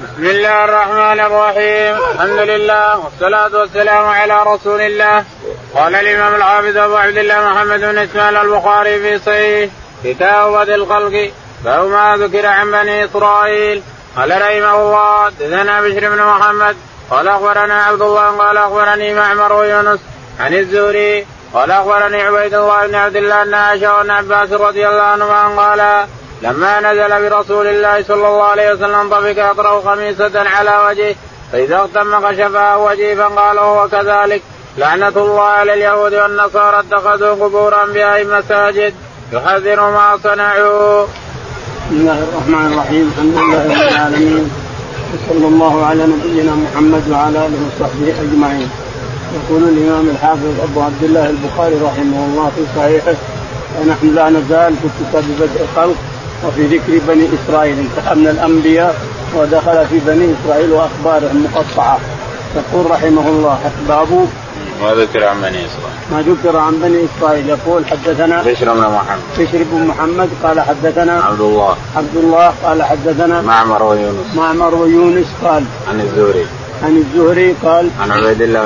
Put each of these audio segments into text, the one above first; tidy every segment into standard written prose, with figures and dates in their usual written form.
بسم الله الرحمن الرحيم. الحمد لله والصلاة والسلام على رسول الله. قال الإمام الحافظ أبو عبد الله محمد بن إسماعيل البخاري في صحيح كتاب بدء الخلق باب ما ذكر عن بني إسرائيل. قال رحمه الله حدثنا بشر بن محمد قال أخبرنا عبد الله قال أخبرني معمر ويونس عن الزهري قال أخبرني عبيد الله بن عبد الله أن عائشة وابن عباس رضي الله عنهما قال لما نزل برسول الله صلى الله عليه وسلم طفق يقرأ خميسة على وجهه فإذا اغتم كشفها وجهه فقال وهو كذلك لعنة الله على اليهود والنصارى اتخذوا قبور أنبيائهم مساجد يحذر ما صنعوا. بسم الله الرحمن الرحيم. الحمد لله رب العالمين وصلى الله على نبينا محمد وعلى آله وصحبه أجمعين. يقول الإمام الحافظ أبو عبد الله البخاري رحمه الله في صحيحه ونحن لا نزال في كتاب بدء الخلق وفي ذكر بني إسرائيل. انتهى من الأنبياء ودخل في بني إسرائيل وأخبارهم مقطعة. يقول رحمه الله باب ما ذكر عن بني إسرائيل. ما ذكر عن بني إسرائيل. يقول حدثنا بشر بن محمد. بشر بن محمد قال حدثنا عبد الله قال حدثنا معمر ويونس قال عن الزهري قال عن عبيد الله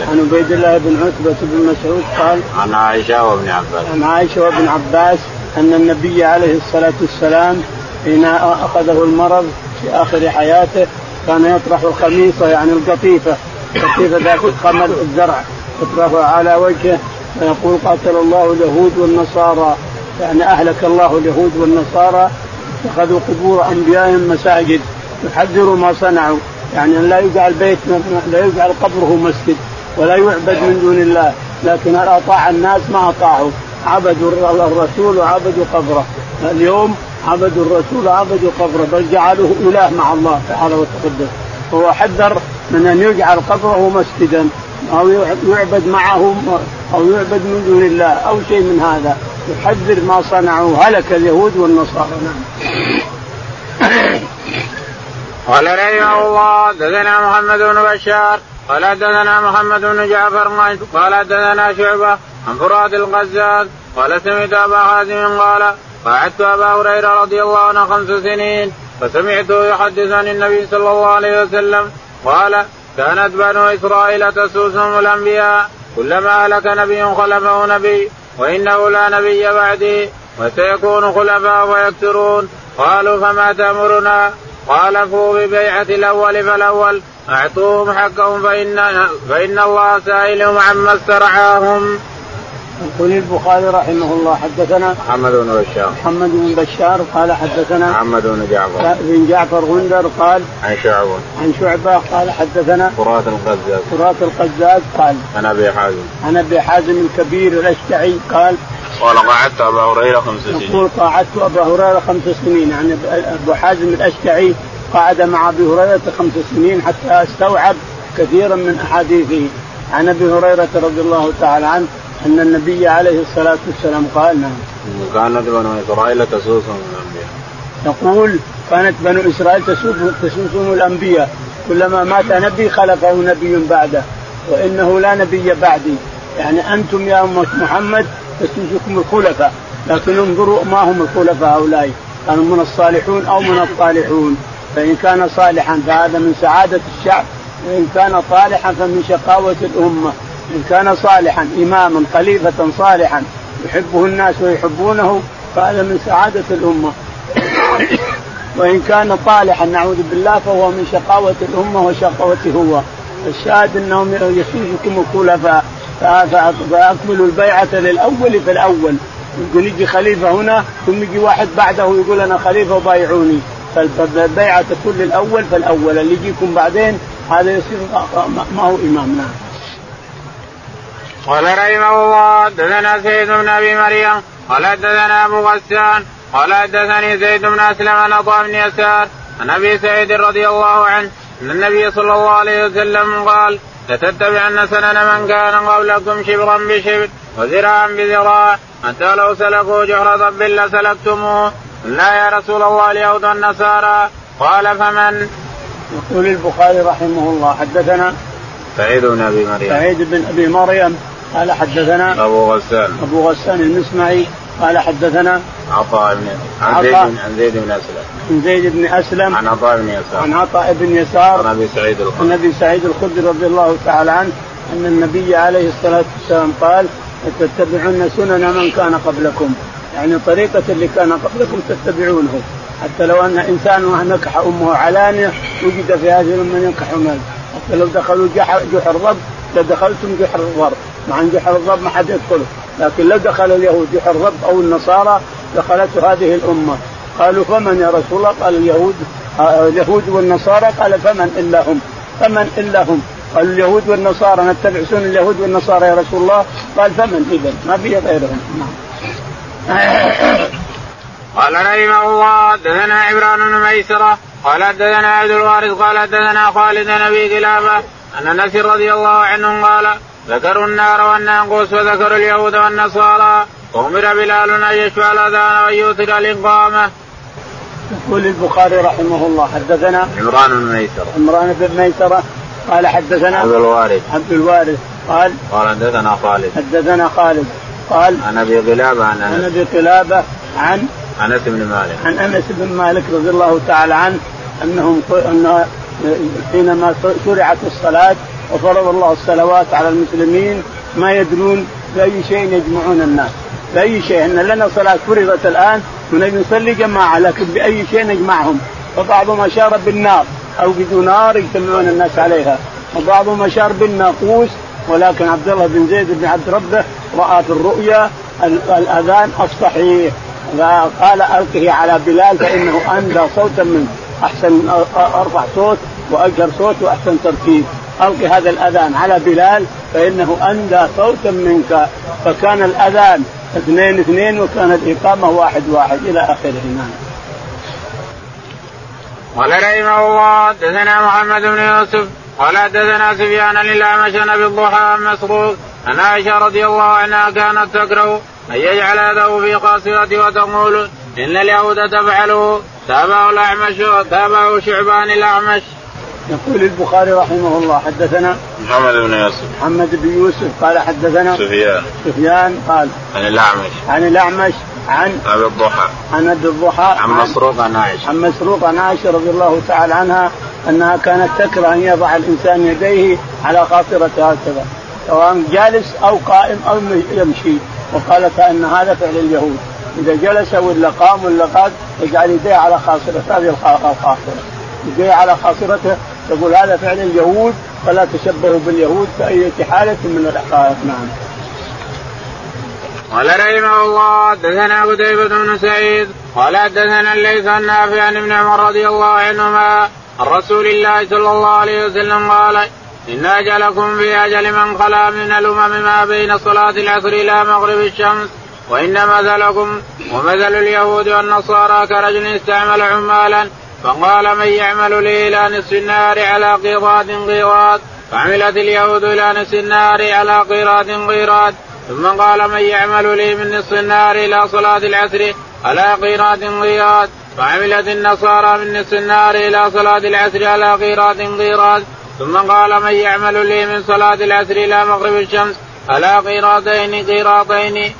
بن عتبة بن مسعود قال عن عائشة وابن عباس أن النبي عليه الصلاة والسلام حين أخذه المرض في آخر حياته كان يطرح الخميصة يعني القطيفة ذات الخمر الزرع يطرحها على وجهه ويقول قاتل الله اليهود والنصارى يعني أهلك الله اليهود والنصارى اتخذوا قبور أنبيائهم مساجد يحذر ما صنعوا يعني أن لا يجعل قبره مسجد ولا يعبد من دون الله لكن أطاع الناس ما أطاعوا عبدوا الرسول وعبدوا قبره. اليوم عبدوا الرسول وعبدوا قبره بل جعلوه إله مع الله تعالى وتقدس. هو حذر من أن يجعل قبره مسجدا أو يعبد معه أو يعبد من دون الله أو شيء من هذا. يحذر ما صنعوا هلك اليهود والنصارى. قال رحمه الله حدثنا محمد بن بشار قال حدثنا محمد بن جعفر قال حدثنا شعبة عن فرات القزاز قال سمعت أبا حازم قال قعدت أبا هريرة رضي الله عنه 5 سنين فسمعته يحدث عن النبي صلى الله عليه وسلم قال كانت بنو إسرائيل تسوسهم الأنبياء كلما هلك نبي خلفه نبي وإنه لا نبي بعدي وسيكون خلفاء ويكثرون. قالوا فما تأمرنا؟ قال فوا ببيعة الأول فالأول أعطوهم حقهم فإن الله سائلهم عما استرعاهم. يقول البخاري رحمه الله حدثنا محمد بن بشار قال حدثنا محمد بن جعفر غندر قال عن شعبة قال حدثنا فرات القزاز قال عن أبي حازم الكبير الأشجعي قال قعدت أبا هريرة 5 سنين. يقول قعدت أبا هريرة 5 سنين يعني أبو حازم الأشجعي قعد مع أبي هريرة 5 سنين حتى استوعب كثيرا من أحاديثه. عن أبي هريرة رضي الله تعالى عنه أن النبي عليه الصلاة والسلام قال كانت بنو إسرائيل تسوسهم الأنبياء. يقول كانت بنو إسرائيل تسوسهم الأنبياء كلما مات نبي خلفه نبي بعده وإنه لا نبي بعدي يعني أنتم يا أمة محمد تسوسكم الخلفاء لكن انظروا ما هم الخلفاء هؤلاء كانوا من الصالحون أو من الطالحون فإن كان صالحا فهذا من سعادة الشعب وإن كان طالحا فمن شقاوة الأمة. إن كان صالحا إماما خليفة صالحا يحبه الناس ويحبونه فهذا من سعادة الأمة وإن كان طالحا نعوذ بالله فهو من شقاوة الأمة وشقاوته هو. الشاهد أنهم يسوسكم الخلفاء فأكملوا البيعة للأول فالأول يقول يجي خليفة هنا ثم يجي واحد بعده يقول أنا خليفة وبايعوني فالبيعة تكون للأول فالأول اللي يجيكم بعدين هذا يصير ما هو إمامنا. قال رحمه الله حدثنا سيد بن أبي مريم قال حدثنا أبو غسان قال حدثني زيد بن أسلم عن عطاء بن يسار عن أبي سعيد رضي الله عنه أن النبي صلى الله عليه وسلم قال لتتبعن سنن من كان قبلكم شبرا بشبر وذراعا بذراع حتى لو سلكوا جحر ضب لسلكتموه لا يا رسول الله اليهود والنصارى قال فمن؟ يقول البخاري رحمه الله حدثنا سعيد بن أبي مريم قال حدثنا أبو غسان المسمعي قال حدثنا عطاء عن زيد بن أسلم عن عطاء بن يسار عن أبي سعيد الخدري رضي الله تعالى عنه أن النبي عليه الصلاة والسلام قال تتبعون سنن من كان قبلكم، يعني طريقة اللي كان قبلكم تتبعونه، حتى لو أن إنسان نكح أمه علانية وجد في هذه من ينكح أمه، حتى لو دخلوا جحر الضب لدخلتم جحر الضب، مع أن جحر الضب ما حد يدخله، لكن لو دخل اليهود جحر الضب أو النصارى دخلته هذه الأمة. قالوا فمن يا رسول الله؟ قال اليهود والنصارى. قال فمن إلا هم قالوا اليهود والنصارى نتبع سنن اليهود والنصارى يا رسول الله. قال فمن إذن ما في غيرهم. قال رحمه الله حدثنا عمران بن ميسرة قال حدثنا عبد الوارث قال حدثنا خالد بن أبي كلابة أن أنس رضي الله عنه قال ذكروا النار والناقوس وذكروا اليهود والنصارى وأمر بلال أن يشفع الأذان ويوتر الإقامة. يقول البخاري رحمه الله حدثنا عمران بن ميسرة قال حدثنا عبد الوارث قال حدثنا خالد قال عن أبي قلابة عن أنس بن مالك رضي الله تعالى عنه أن حينما شرعت الصلاة وفرض الله الصلوات على المسلمين ما يدرون بأي شيء يجمعون الناس، بأي شيء، إن لنا صلاة فرضت الآن ونبي نصلي جماعة، لكن بأي شيء نجمعهم، فبعضهم أشار بالنار أو بدون نار يجتمعون الناس عليها، وبعضهم أشار بالناقوس، ولكن عبد الله بن زيد بن عبد ربه رأى في الرؤيا الأذان الصحيح، قال ألقه على بلال فإنه أندى صوتا منه، أحسن أرفع صوت وأجهر صوت وأحسن ترتيب، ألقي هذا الأذان على بلال فإنه أندى صوتا منك. فكان الأذان 2-2 وكان الإقامة 1-1 إلى آخره. قال رحمه الله حدثنا محمد بن يوسف قال حدثنا سفيان الأعمش عن أبي الضحى مسروق أن عائشة رضي الله عنها كانت تكره أن يجعل يده في قاصرته وتقول إن اليهود تفعله. تابعه شعبان الأعمش. يقول البخاري رحمه الله حدثنا محمد بن يوسف قال حدثنا سفيان قال عن الأعمش عن أبي الضحى عن مسروق عن عائشة رضي الله تعالى عنها أنها كانت تكره أن يضع الإنسان يديه على خاصرته هكذا سواء جالس أو قائم أو يمشي، وقالت أن هذا فعل اليهود، إذا جلس ولا قام ولا قعد يجعل يديه على خاصرته، هذه الخاصرة يديه على خاصرته، تقول هذا فعل اليهود فلا تشبهوا باليهود في أي حالة من الأحوال. نعم. قال رحمه الله حدثنا قتيبة بن سعيد قال حدثنا الليث عن نافع عن ابن عمر رضي الله عنهما عن رسول الله صلى الله عليه وسلم قال إن أجلكم في أجل من خلا من الأمم ما بين صلاة العصر إلى مغرب الشمس، وإن مثلكم ومثل اليهود والنصارى كرجل استعمل عمالا فقال من يعمل لي إلى نصف النار على قيراط فعملت اليهود إلى نصف النار على قيراط ثم قال من يعمل لي من نصف النار إلى صلاة العصر على قيراط فعملت النصارى من نصف النار إلى صلاة العصر على قيراط ثم قال من يعمل لي من صلاة العصر إلى مغرب الشمس على قيراطين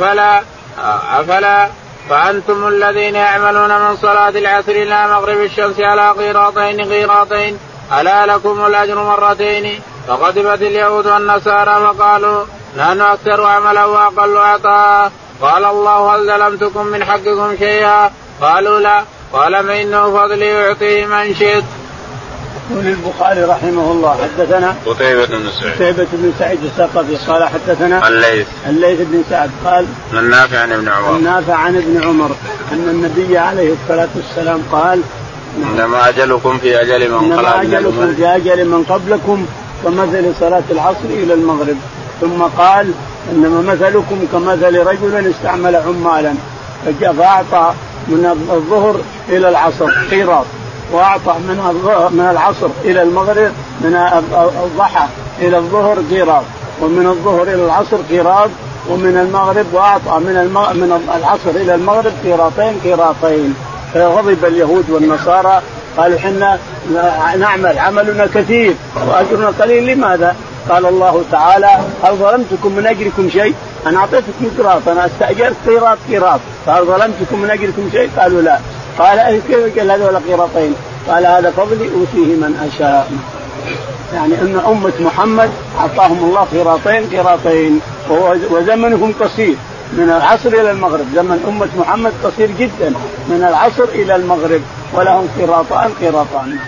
أفلا فأنتم الذين يعملون من صلاة العصر إلى مغرب الشمس على قيراطين ألا لكم الأجر مرتين. فغضبت اليهود والنصارى وقالوا نحن أكثر عملا وأقل عطاء. قال الله هل ظلمتكم من حقكم شيئا؟ قالوا لا. قال فإنه فضلي يعطيه من شئت. يقول البخاري رحمه الله حدثنا قتيبة بن سعيد الثقفي قال حدثنا الليث بن سعد قال النافع عن ابن عمر أن النبي عليه الصلاة والسلام قال إنما أجلكم في أجل من قبلكم كمثل صلاة العصر إلى المغرب. ثم قال إنما مثلكم كمثل رجل استعمل عمالا فأعطى من الظهر إلى العصر قيراط، وأعطى من العصر إلى المغرب، من الضحى إلى الظهر قيراط، ومن الظهر إلى العصر قيراط، ومن المغرب وأعطى من العصر إلى المغرب قيراطين. فغضب اليهود والنصارى قالوا حنا نعمل عملنا كثير وأجرنا قليل. لماذا؟ قال الله تعالى هل ظلمتكم من أجركم شيء؟ أنا أعطيتك قيراط، أنا استأجرت قيراط، قال ظلمتكم من أجلكم شيء؟ قالوا لا. قال كيف قال هذول قيراطين؟ قال هذا فضلي أوتيه من أشاء. يعني أن أمة محمد أعطاهم الله قيراطين وزمنهم قصير من العصر إلى المغرب. زمن أمة محمد قصير جدا من العصر إلى المغرب، ولهم قيراطان.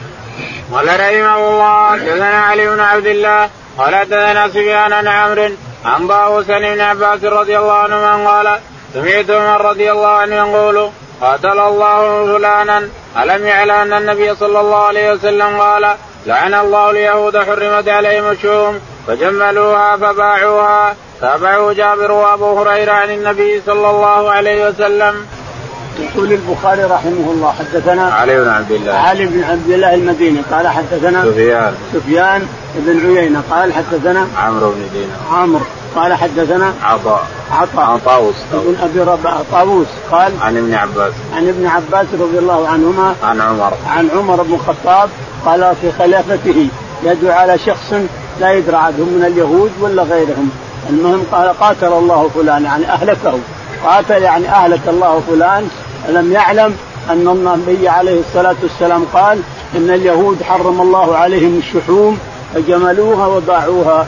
قال رحمه الله حدثنا علي بن عبد الله قال حدثنا سفيان عن عمرو عن طاووس بن عباس رضي الله عنهما قال سمعت عمر رضي الله عنه يقول قاتل الله فلانا ألم يعلم أن النبي صلى الله عليه وسلم قال لعن الله اليهود حرمت عليهم الشحوم فجملوها فباعوها. تابعه جابر وابو هريرة عن النبي صلى الله عليه وسلم. يقول البخاري رحمه الله حدثنا علي بن عبد الله المديني قال حدثنا سفيان بن عيينة قال حدثنا عمرو بن دينار عمرو قال حدثنا عطاء عن طاووس بن ابي رباح طاووس قال عن ابن عباس رضي الله عنهما عن عمر بن الخطاب قال في خلافته يدعو على شخص لا يدرى عنهم من اليهود ولا غيرهم. المهم قال قاتل الله فلان يعني أهلكه. قاتل يعني أهلك الله فلان. ألم يعلم أن النبي عليه الصلاة والسلام قال إن اليهود حرم الله عليهم الشحوم فجملوها وباعوها.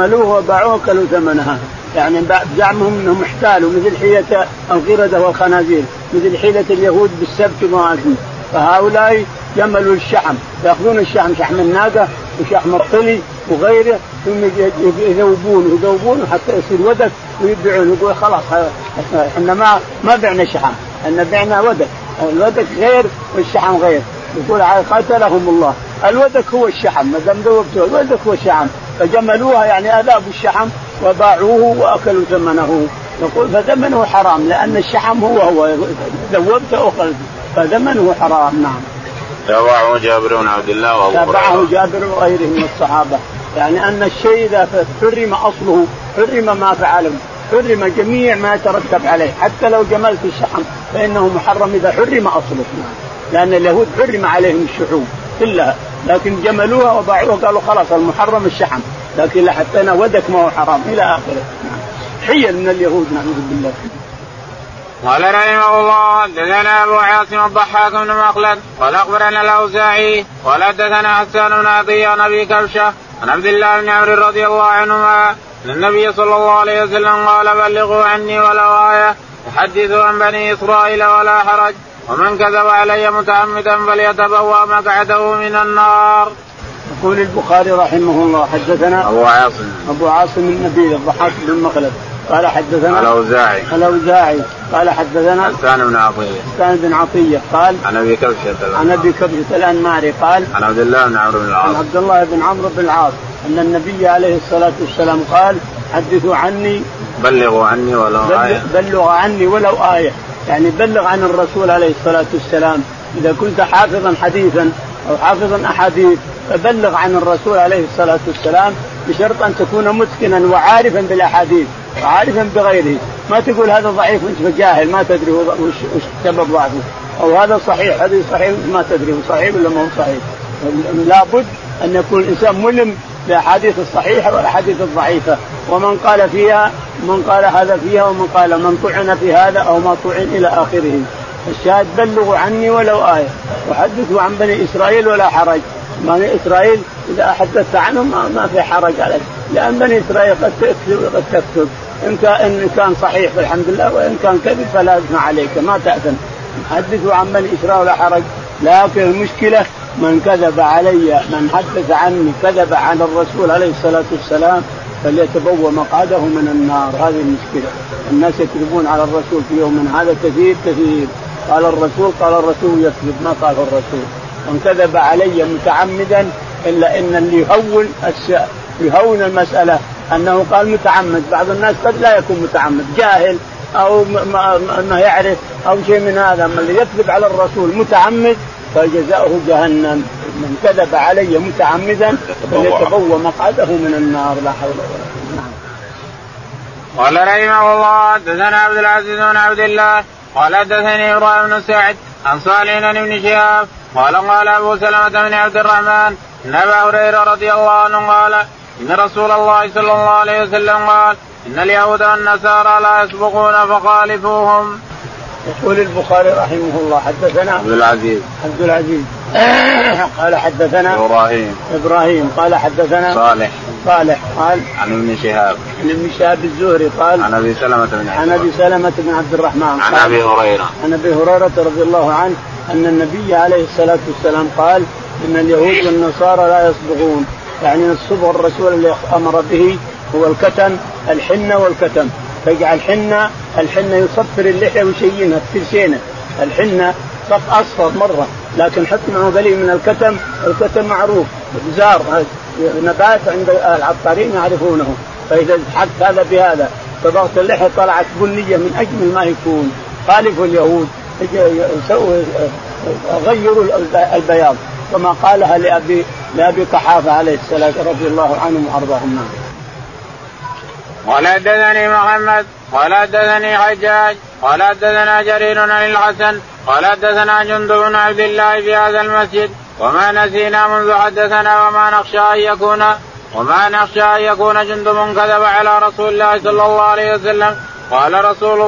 كلوا ثمنها. يعني زعمهم أنهم احتالوا مثل حيلة القردة والخنازير، مثل حيلة اليهود بالسبت وما. فهؤلاء جملوا الشحم، يأخذون الشحم، شحم الناقة وشحم الطلي وغيره، ثم يذوبونه حتى يصير ودك ويبيعون. يقول خلاص احنا ما بعنا شحم، احنا بعنا ودك، الودك غير والشحم غير. يقول قاتلهم الله، الودك هو الشحم، ما دام ذوبته الودك هو الشحم. فجملوها يعني أذابوا الشحم وباعوه وأكلوا ثمنه. يقول فثمنه حرام لأن الشحم هو ذوبته أخذ فثمنه حرام. نعم. تابعه جابر بن عبد الله تابعه جابر وغيره من الصحابة. يعني أن الشيء إذا حرم أصله حرم ما فعله، حرم جميع ما يترتب عليه. حتى لو جملت الشحم فإنه محرم إذا حرم أصله، لأن اليهود حرم عليهم الشحوم كلها، لكن جملوها وباعوها قالوا خلاص المحرم الشحم، لكن لحتى ودك ما هو حرام إلى آخره. حيل من اليهود نعوذ بالله. قال رحمه الله حدثنا أبو عاصم الضحاك بن مخلد قال أخبرنا الأوزاعي قال حدثنا حسان بن عطية عن أبي كبشة عن عبد الله بن عمرو رضي الله عنهما أن النبي صلى الله عليه وسلم قال بلغوا عني ولو آية وحدثوا عن بني إسرائيل ولا حرج ومن كذب علي متعمدا فليتبوأ مقعده من النار. يقول البخاري رحمه الله حدثنا أبو عاصم النبيل الضحاك بن مخلد قال حدثنا الأوزاعي قال حدثنا حسان بن عطية قال عن أبي كبشة الأنماري قال عن عبد الله بن عمرو بن العاص أن النبي عليه الصلاة والسلام قال حدثوا عني بلغوا عني ولو آية. يعني بلغ عن الرسول عليه الصلاة والسلام. إذا كنت حافظا حديثا أو حافظا أحاديث فبلغ عن الرسول عليه الصلاة والسلام، بشرط أن تكون متقنا وعارفا بالأحاديث وعارفا بغيره. ما تقول هذا ضعيف وانت جاهل ما تدري وش سبب ضعفه، أو هذا صحيح هذا صحيح ما تدري صحيح ولا ما هو صحيح. لابد أن يكون الإنسان ملم بالأحاديث الصحيحة والأحاديث الضعيفة، ومن قال فيها من قال هذا فيها ومن قال من طعن في هذا أو ما طعن إلى آخره. الشاهد بلغوا عني ولو آية وحدثوا عن بني إسرائيل ولا حرج. بني إسرائيل إذا حدثت عنهم ما في حرج عليك، لأن بني إسرائيل قد تكتب إن كان صحيح فالحمد لله، وإن كان كذب فلا إثم عليك ما تأثم. حدثوا عن بني إسرائيل ولا حرج. لكن المشكلة من كذب علي، من حدث عني كذب عن الرسول عليه الصلاة والسلام فليتبوأ مقعده من النار. هذه المشكلة. الناس يكذبون على الرسول في يوم هذا كثير. قال الرسول يكذب ما قال الرسول. من كذب علي متعمدا إلا إن اللي يهون المسألة أنه قال متعمد. بعض الناس قد لا يكون متعمد، جاهل أو ما يعرف أو شيء من هذا. من اللي يكذب على الرسول متعمد فجزاؤه جهنم. من كذب علي متعمدا فليتبوأ مقعده من النار. لا حول ولا قوة. قال رحمه الله حدثنا عبد العزيز بن عبد الله قال حدثني إبراهيم بن سعد عن صالح بن شهاب قال أبو سلمة بن عبد الرحمن إن أبا هريرة رضي الله عنه قال إن رسول الله صلى الله عليه وسلم قال إن اليهود والنصارى لا يسبقون فخالفوهم. يقول البخاري رحمه الله حدثنا عبد العزيز قال حدثنا إبراهيم قال حدثنا صالح قال عن ابن شهاب الزهري قال عن أبي سلمة بن عبد الرحمن عن أبي هريرة رضي الله عنه أن النبي عليه الصلاة والسلام قال إن اليهود والنصارى لا يصبغون، يعني الصبغ الرسول اللي أمر به هو الكتم، الحنة والكتم. فجعل الحنة يصفر اللحية ويشينها تصير شينة، الحنة صف أصفر مرة، لكن حط معه قليل من الكتم معروف بزار نبات عند العطارين يعرفونه. فإذا حط هذا بهذا صبغت اللحية طلعت بنية من أجمل ما يكون. خالفوا اليهود غيروا البياض كما قالها لأبي قحافة عليه السلام رضي الله عنهم وأرضاهم. قال حدثني محمد قال حدثني حجاج قال حدثنا جرير عن الحسن قال حدثنا جندب بن عبد الله في هذا المسجد وما نسينا منذ حدثنا وما نخشى أن يكون جندب كذب على رسول الله صلى الله عليه وسلم. قال رسول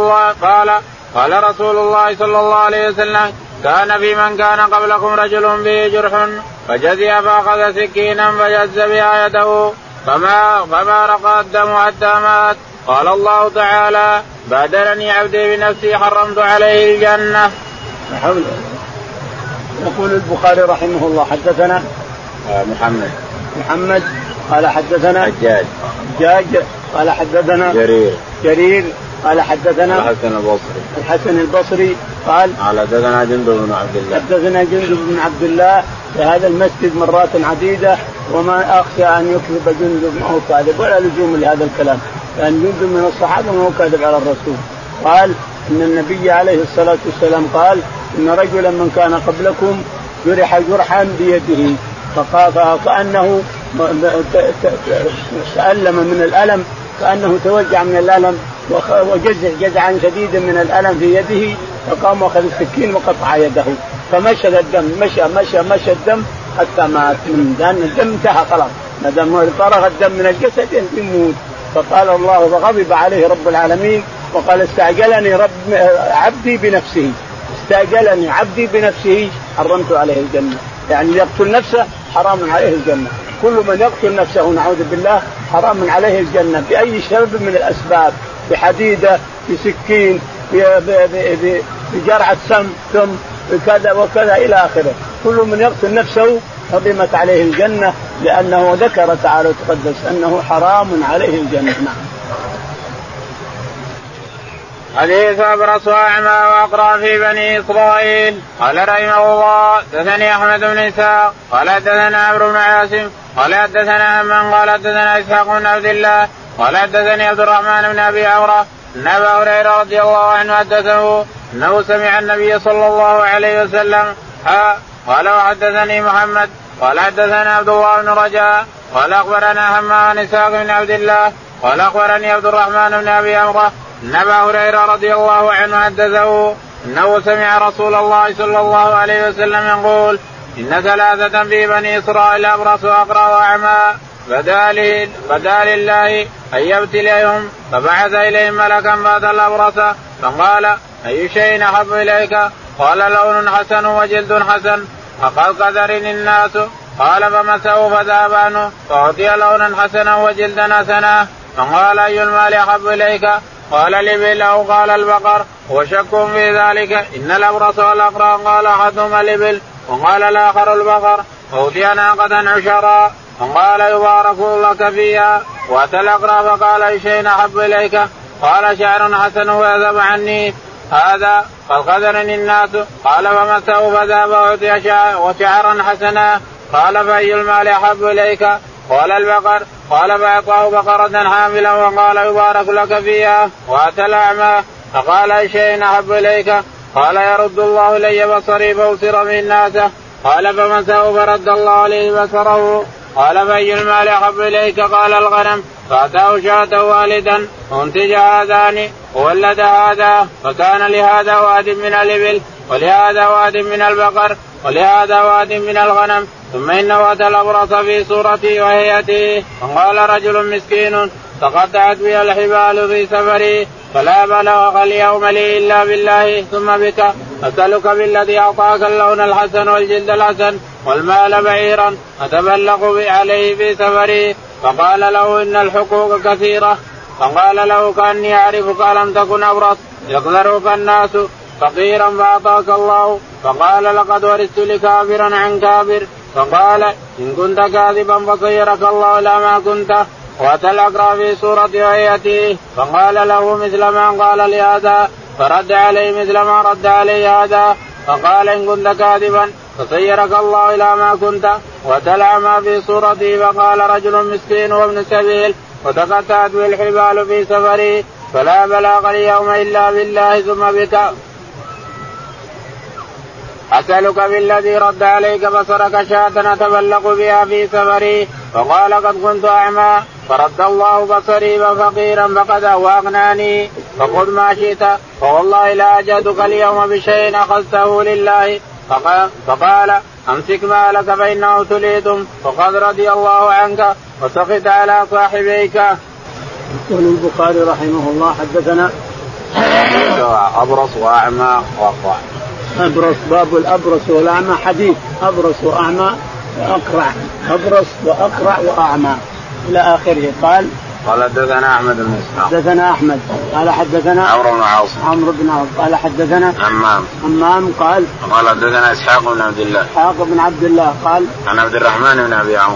الله صلى الله عليه وسلم كان في من كان قبلكم رجل به جرح فجزي فأخذ سكينا فجز بها يده فما رقى الدم حتى مات. قال الله تعالى بادرني عبدي بنفسي حرمت عليه الجنة. يقول البخاري رحمه الله حدثنا محمد قال حدثنا حجاج قال حدثنا جرير قال حدثنا الحسن البصري قال حدثنا جندب بن عبد الله في هذا المسجد مرات عديدة وما أخشى أن يكذب جندب ما هو كاذب ولا لزوم لهذا الكلام، لأن جندب من الصحابة ما هو كاذب على الرسول. قال إن النبي عليه الصلاة والسلام قال إن رجلا من كان قبلكم جرح جرحا بيده فكأنه تألم من الألم، كأنه توجع من الألم وجزعا شديدا من الألم في يده، فقام واخذ السكين وقطع يده فمشى الدم مشى الدم حتى مات، لأن الدم انتهى خلاص، ما دام فرغ الدم من الجسد يموت. فقال الله وغضب عليه رب العالمين وقال استعجلني عبدي بنفسه حرمت عليه الجنة. يعني يقتل نفسه حرام عليه الجنة، كل من يقتل نفسه نعوذ بالله حرام عليه الجنة بأي سبب من الأسباب، بحديدة بسكين بجرعة سم بكذا وكذا إلى آخره. كل من يقتل نفسه حرمت عليه الجنة لأنه ذكر تعالى وتقدس أنه حرام عليه الجنة. حديث أبرص وأعمى وأقرأ في بني إسرائيل. قال رحمه الله حدثني أحمد بن إسحاق قال حدثنا عمرو بن عاصم قال حدثنا من قال حدثنا إسحاق بن عبد الله قال حدثني عبد الرحمن بن أبي عمرة أن أبا هريرة رضي الله عنه حدثه أنه سمع النبي صلى الله عليه وسلم قال وحدثني محمد قال حدثنا عبد الله بن رجاء قال أخبرنا همام إسحاق بن عبد الله قال أخبرني عبد الرحمن بن أبي عمرة أن أبا هريرة رضي الله عنه حدثه أنه سمع رسول الله صلى الله عليه وسلم يقول إن ثلاثة في بني إسرائيل أبرص وأقرأ وأعمى بدا لله أن يبتليهم فبعث إليهم ملكا بعد الأبرص فقال أي شيء أحب إليك؟ قال لون حسن وجلد حسن فقد قدرني الناس قال فمسه فذهب عنه فأعطي لونا حسنا وجلدا حسنا فقال أي المال أحب إليك؟ قال الإبل أو قال البقر وشك في ذلك إن الأبرص والأقرأ قال أحدهما الإبل وقال الآخر البقر أوتي ناقة عشرا فقال يبارك لك فيها وأتى الأقرأ فقال أي شيء أحب إليك؟ قال شعر حسن ويذهب عني هذا قد قدرني الناس قال فمسه فذهب وشعرا حسنا قال فأي المال أحب إليك؟ قال البقر قال فأعطاه بقرة حاملا وقال يبارك لك فيها وأتى الأعمى فقال أي شيء أحب إليك؟ قال يرد الله إلي بصري فأبصر من الناس قال فمسه فرد الله عليه بصره قال فأي المال أحب إليك؟ قال الغنم فأتاه شاة والدا وانتج هذان وولد هذا فكان لهذا واد من الإبل ولهذا واد من البقر ولهذا واد من الغنم. ثم إنه أتى الأبرص في صورته وهيئته فقال رجل مسكين تقطعت بي الحبال في سفري فلا بلغ اليوم لي إلا بالله ثم بك أسألك بالذي أعطاك اللون الحسن والجلد الحسن والمال بعيرا أتبلغ عليه في سفري. فقال له إن الحقوق كثيرة. فقال له كأني أعرفك لم تكن أبرص يقدرك الناس فقيرا فأعطاك الله. فقال لقد ورثت لكافرا عن كافر. فقال إن كنت كاذبا فصيرك الله لا ما كنت. وأتى الأقرع في صورة هيئته فقال له مثل ما قال لهذا فرد عليه مثل ما رد عليه هذا. فقال إن كنت كاذبا فصيرك الله إلى ما كنت. وأتى الأعمى في صورته فقال رجل مسكين وابن سبيل وتقطعت به الحبال في سفري فلا بلاغ اليوم إلا بالله ثم بك أسألك بالذي رد عليك بصرك شاة أتبلغ بها في سفري. فقال قد كنت أعمى فرد الله بصري ففقيرا فقد أغناني فخذ ما شئت فوالله لا أجدك اليوم بشيء أخذته لله. فقال أمسك مالك فإنه تليتم فقد رضي الله عنك وسخط على صاحبيك. يقول البخاري رحمه الله حدثنا أبرص وأعمى وأقرع. أبرص باب الأبرص والأعمى حديث أبرص وأعمى وأقرع أبرص وأقرع وأعمى إلى آخره. قال حدثنا أحمد بن إسحاق حدثنا أحمد قال حدثنا عمرو بن عاصم قال حدثنا همام قال حدثنا إسحاق بن عبد الله قال عن عبد الرحمن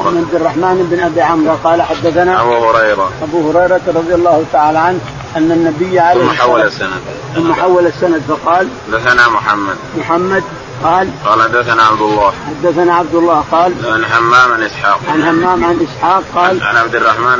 بن أبي عمرو قال حدثنا أبو هريرة رضي الله تعالى عنه أن النبي عليه ثم حول السند فقال حدثنا محمد قال حدثنا عبد الله قال عن همام عن إسحاق قال عن عبد الرحمن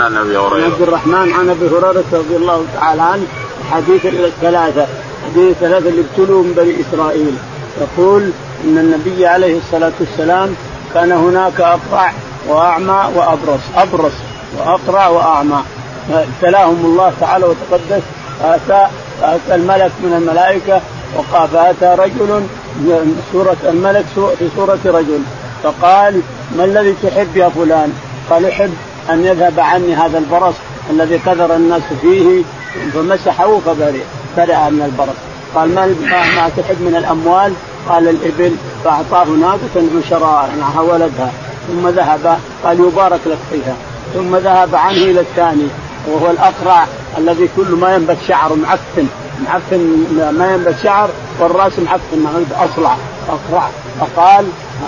عن أبي هريرة رضي الله تعالى عنه حديث الثلاثة اللي ابتلوا من بني إسرائيل. يقول إن النبي عليه الصلاة والسلام كان هناك أقرع وأعمى أبرص وأقرع وأعمى ابتلاهم الله تعالى وتقدس. فأتى الملك من الملائكة فأتى رجل سورة الملك في صورة رجل فقال ما الذي تحب يا فلان؟ قال أحب أن يذهب عني هذا البرص الذي قدر الناس فيه فمسحه فبرئ من البرص. قال ما تحب من الأموال؟ قال الإبل. فأعطاه ناقة عشراء معها ولدها ثم ذهب قال يبارك لك فيها. ثم ذهب عنه إلى الثاني وهو الأقرع الذي كل ما ينبت شعر معفن ما ينبت شعر والرأس معفن أصلع أقرع. فقال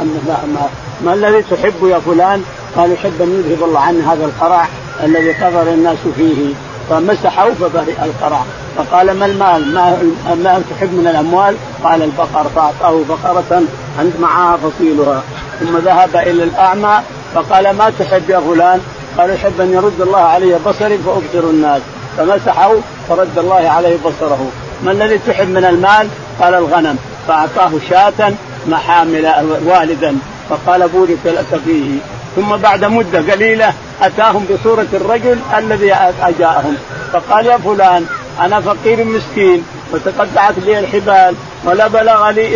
ما الذي تحب يا فلان؟ قال يحب أن يذهب الله عني هذا القرع الذي قدر الناس فيه فمسحه فبرئ القرع. فقال ما المال؟ ما تحب من الأموال؟ قال البقر. فأعطاه بقرة عند معها فصيلها. ثم ذهب إلى الأعمى فقال ما تحب يا فلان؟ قال يحب أن يرد الله عليه بصري فأبصر الناس فمسحه فرد الله عليه بصره. ما الذي تحب من المال؟ قال الغنم. فأعطاه شاة محامل والدا فقال بورك لك فيه. ثم بعد مدة قليلة أتاهم بصورة الرجل الذي أجاءهم فقال يا فلان أنا فقير مسكين وتقطعت لي الحبال ولا بلغ لي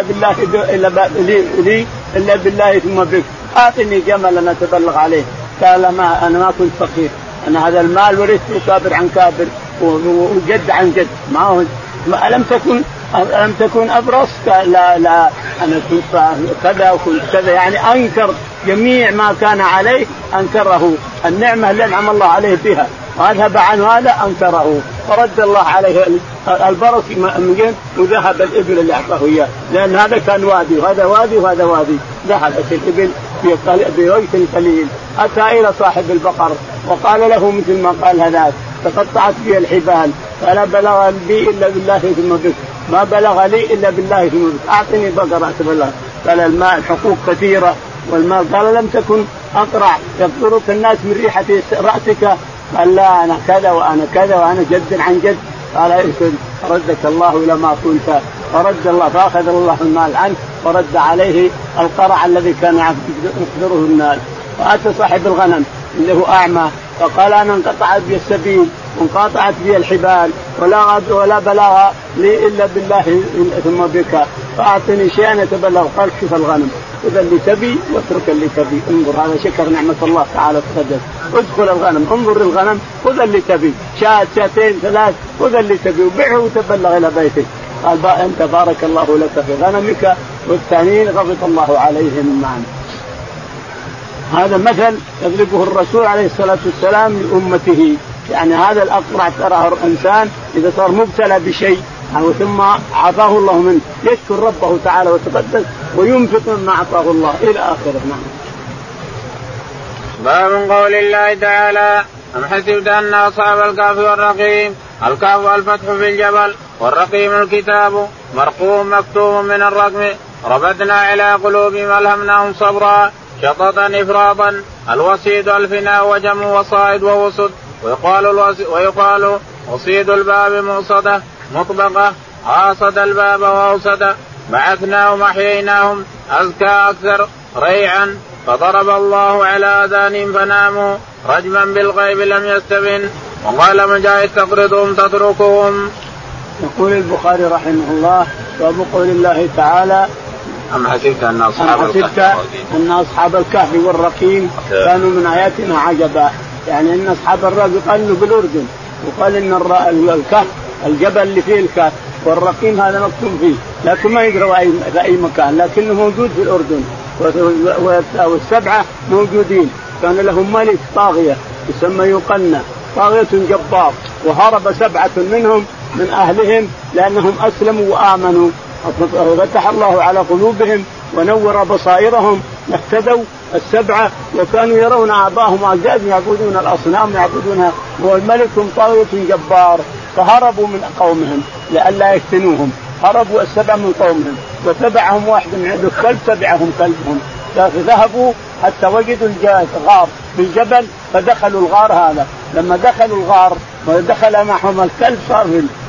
إلا بالله ثم بك أعطني جملا أتبلغ عليه. قال ما أنا ما كنت فقير أنا هذا المال ورثته كابر عن كابر وجد عن جد ما ألم تكن أبرص؟ لا أنا كنت كذا وكنت كذا يعني أنكر جميع ما كان عليه أنكره النعمة اللي أنعم الله عليه بها وأذهب عن هذا أنكره فرد الله عليه البرص وذهب الإبل اللي أعطاه إياه لأن هذا كان وادي وهذا وادي وهذا وادي. ذهبت الإبل بوقت قليل. أتى إلى صاحب البقر وقال له مثل ما قال هذاك تقطعت بي الحبال فلا بلغ بي إلا بالله ثم بك ما بلغ لي إلا بالله ثم بك أعطني بقرة أتبلغ. قال المال حقوق كثيرة والمال. قال لم تكن أقرع يقدرك الناس من ريحة رأسك؟ قال لا أنا كذا وأنا كذا وأنا جد عن جد. قال اركض ردك الله إلى ما كنت فرد الله فأخذ الله المال عنه ورد عليه القرع الذي كان يقدره الناس. وأتى صاحب الغنم اللي هو أعمى فقال أنا انقطعت بي السبيل وانقطعت بي الحبال ولا بلاغ لي إلا بالله ثم بك فأعطني شيئا يتبلغ. قال شوف الغنم، خذ اللي تبي واترك اللي تبي. انظر هذا شكر نعمة الله تعالى تقدس. ادخل الغنم، انظر الغنم، خذ اللي تبي، شاة شاتين ثلاث، خذ اللي تبي وبيعه وتبلغ إلى بيتك. قال أنت بارك الله لك في غنمك، والثانيين غضب الله عليهم معنا. هذا مثل يضربه الرسول عليه الصلاة والسلام لأمته. يعني هذا الأقرع تراه الإنسان إذا صار مبتلى بشيء ثم عطاه الله منه يشكر ربه تعالى وتقدس وينفق مما أعطاه الله إلى آخره. باب قول الله تعالى أم حسبت أن أصحاب الكهف والرقيم، الكهف الفتح في الجبل والرقيم الكتاب مرقوم مكتوب من الرقم، ربطنا على قلوبهم ألهمناهم صبرا شططا إفراطا، الوسيد الفناء وجمع وصائد ووسد، ويقال وصيد الباب موصدة مطبقة، عاصد الباب وأوسد، بعثناهم أحييناهم أزكى أكثر ريعا، فضرب الله على آذانهم فناموا رجما بالغيب لم يستبن. وقال مجاهد تقرضهم تتركهم. يقول البخاري رحمه الله باب قول الله تعالى أم حسبت أن أصحاب الكهف والرقيم كانوا من آياتنا عجبا. يعني أن أصحاب الرقيم قالوا بالأردن، وقال إن الكهف الجبل اللي فيه الكهف والرقيم هذا مكتوب فيه، لكن ما يقرأ في أي مكان، لكنه موجود في الأردن. والسبعة موجودين. كان لهم ملك طاغية يسمى يقنى، طاغية جبار، وهرب 7 منهم من أهلهم لأنهم أسلموا وآمنوا، فتح الله على قلوبهم ونور بصائرهم، اهتدوا 7 وكانوا يرون آباهم وأجدادهم يعبدون الأصنام يعبدونها، والملك طاغية جبار، فهربوا من قومهم لئلا يفتنوهم. هربوا 7 من قومهم، وتبعهم واحد من عنده كلب، تبعهم كلبهم، ذهبوا حتى وجدوا الغار في الجبل، فدخلوا الغار هذا. لما دخلوا الغار ودخل معهم الكلب صار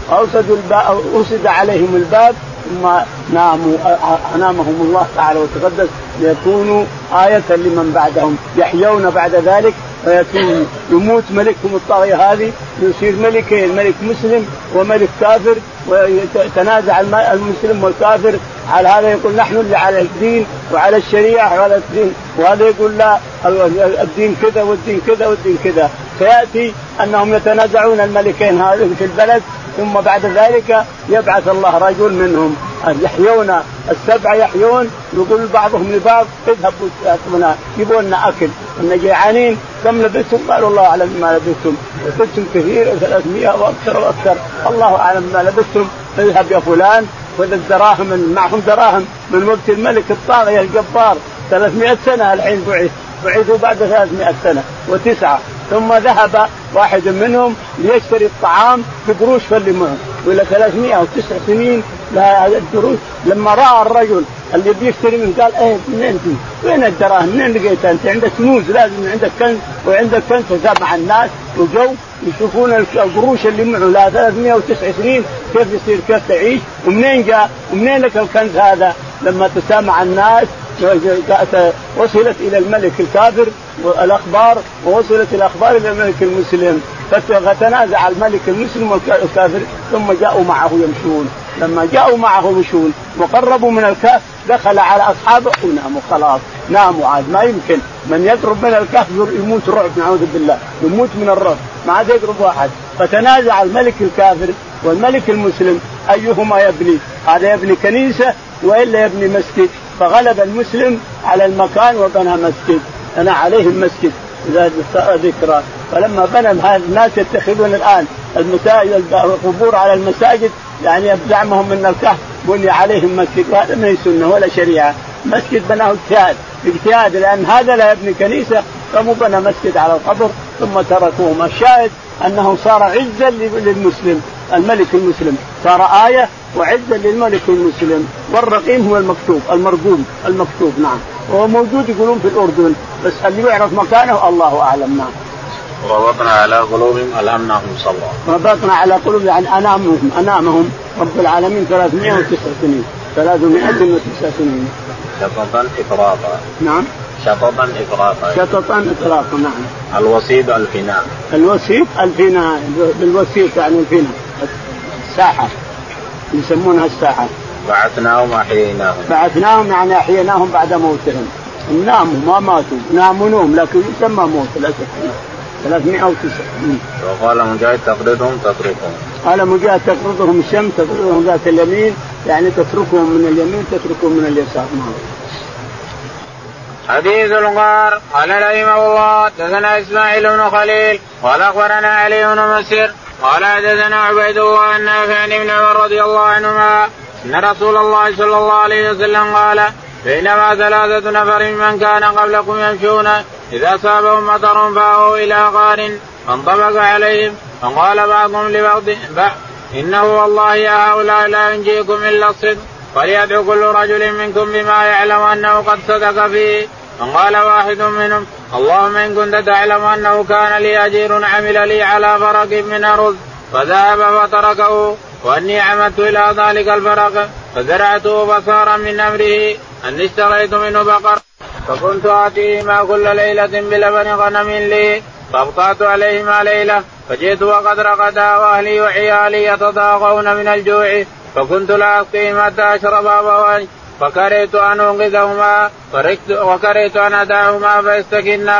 أسد عليهم الباب، ثم ناموا. أنامهم الله تعالى وتقدس ليكونوا آية لمن بعدهم، يحيون بعد ذلك ويكون يموت ملكهم الطاغية هذه، يصير ملكين، ملك مسلم وملك كافر، ويتنازع المسلم والكافر على هذا، يقول نحن اللي على الدين وعلى الشريعة وعلى الدين، وهذا يقول لا الدين كذا والدين كذا والدين كذا. فيأتي أنهم يتنازعون الملكين هذه في البلد، ثم بعد ذلك يبعث الله رجل منهم يحيون 7 يحيون، يقول بعضهم لبعض اذهبوا يبون أكل، إن جيعانين، كم لبثتم؟ قالوا الله أعلم ما لبثتم كثير 300 وأكثر وأكثر، الله أعلم ما لبثتم، اذهب يا فلان. وإذا الدراهم معهم دراهم من وقت الملك الطاغية الجبار 300 سنة الحين بعثوا بعد 300 سنة و9. ثم ذهب واحد منهم ليشتري الطعام بقروش فاللي معه، وإلى 309 سنين لا القروش. لما رأى الرجل اللي بيشتري منه قال ايه منين وين الدراهم منين لقيتها؟ انت عندك كنوز، لازم عندك كنز، وعندك كنز. فجمع الناس وجو يشوفون القروش اللي معه لا 309 سنين كيف يصير، كيف تعيش، ومنين جاء ومنين لك الكنز هذا. لما تسامع الناس وصلت إلى الملك الكافر والأخبار، ووصلت الأخبار إلى الملك المسلم، فتنازع الملك المسلم والكافر، ثم جاءوا معه يمشون. لما جاءوا معه يمشون وقربوا من الكهف دخل على أصحابه وناموا، خلاص ناموا. عاد ما يمكن من يقرب من الكهف يموت رعب، نعوذ بالله، يموت من الرعب، ما عاد يقرب واحد. فتنازع الملك الكافر والملك المسلم أيهما يبني، هذا يبني كنيسة وإلا يبني مسجد. فغلب المسلم على المكان وبنى مسجد، أنا عليه المسجد ذكرى. فلما بنى الناس يتخذون الآن القبور على المساجد، يعني زعمهم من الكهف بني عليهم مسجد، وهذا ما هي سنة ولا شريعة. مسجد بناه اجتهاد، لأن هذا لا يبني كنيسة، فمو بنى مسجد على القبر ثم تركوهم. الشاهد أنه صار عزا للمسلم، الملك المسلم صار آية وعزا للملك المسلم. والرقيم هو المكتوب المرقوم المكتوب، نعم، وهو موجود يقولون في الأردن، بس اللي يعرف مكانه الله أعلم. نعم. وربطنا على قلوبهم ألهمناهم صبرا. ربطنا على قلوبهم يعني أنامهم رب العالمين 309 سنين 309 سنين. شططا إفراطا. نعم. شططا إفراطا. نعم. الوسيد الفناء. الوسيد الفناء، بالوسيد يعني الفناء، الساحة يسمونها الساحة. بعثناهم أحييناهم. بعثناهم يعني أحييناهم بعد موتهم. ناموا ما ماتوا، ناموا نوم لكن يسمى موت للأسف. 309. وقال مجاهد تقرضهم تتركهم. قال مجاهد تقرضهم الشمس تقرضهم ذات اليمين، يعني تتركهم من اليمين تتركهم من اليسار. حديث الغار. قال رحمه الله حدثنا إسماعيل بن خليل قال أخبرنا علي بن مسر قال حدثنا عبيد الله النافع عن ابن عمر رضي الله عنهما أن رسول الله صلى الله عليه وسلم قال بينما 3 نفر من كان قبلكم يمشون إذا أصابهم مطر فأووا إلى غار فانطبق عليهم فقال بعضهم لبعض إنه والله يا هؤلاء لا ينجيكم إلا الصدق فليدعو كل رجل منكم بما يعلم أنه قد صدق فيه. فقال واحد منهم اللهم إن كنت تعلم أنه كان لي أجير عمل لي على فرق من أرز فذهب فتركه وأني عمدت إلى ذلك الفرق فزرعته فصار من أمره أن اشتريت منه بقر فكنت آتيهما كل ليلة بلبن غنم لي فأبقات عليهما ليلة فجئت وقد رقدا وأهلي وعيالي يتضاغون من الجوع فكنت لا أسقيهم حتى أشرب أبواي فكرهت أن أنقذهما وكرهت أن أدعهما فاستكنا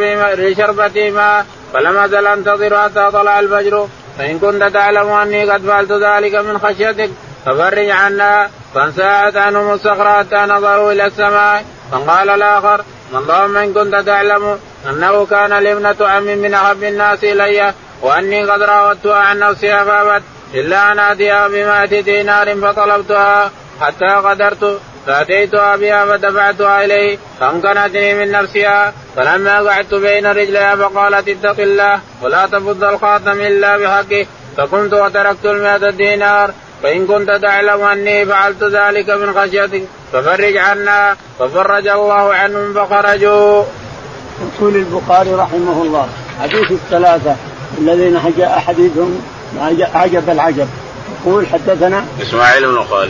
لشربتهما فلم أزل أنتظر حتى طلع الفجر فإن كنت تعلم أني قد فعلت ذلك من خشيتك ففرج عنا. فانساعت عنهم الصخرة حتى نظروا إلى السماء. فقال الآخر اللهم إن كنت تعلم أنه كان لابنة عم من أحب الناس إلي وأني قد راودتها عن نفسها فأبت إلا أن آتيها ب100 دينار فطلبتها حتى قدرت فأتيتها بها فدفعتها إليه فأمكنتني من نفسها فلما قعدت بين رجليها فقالت اتق الله ولا تفض الخاتم إلا بحقه فقمت وتركت 100 دينار فإن كنت تعلم أني فعلت ذلك من خشيتك ففرج عنا ففرج الله عنهم فخرجوا. يقول البخاري رحمه الله حديث 3 الذين جاء حديثهم عجب العجب. يقول حدثنا إسماعيل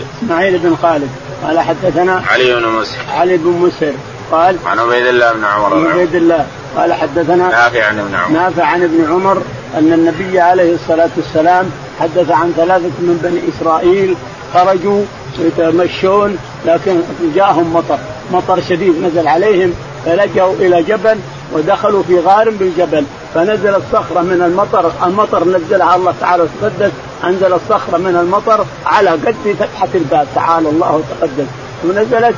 بن خالد قال حدثنا علي بن مسر قال عن عبيد الله بن عمر قال حدثنا نافع عن ابن عمر أن النبي عليه الصلاة والسلام حدث عن 3 من بني إسرائيل خرجوا يتمشون لكن جاءهم مطر شديد نزل عليهم فلجأوا إلى جبل ودخلوا في غار بالجبل فنزل الصخرة من المطر نزلها الله تعالى وتقدس أنزل الصخرة من المطر على قد فتحة الباب تعالى الله وتقدس ونزلت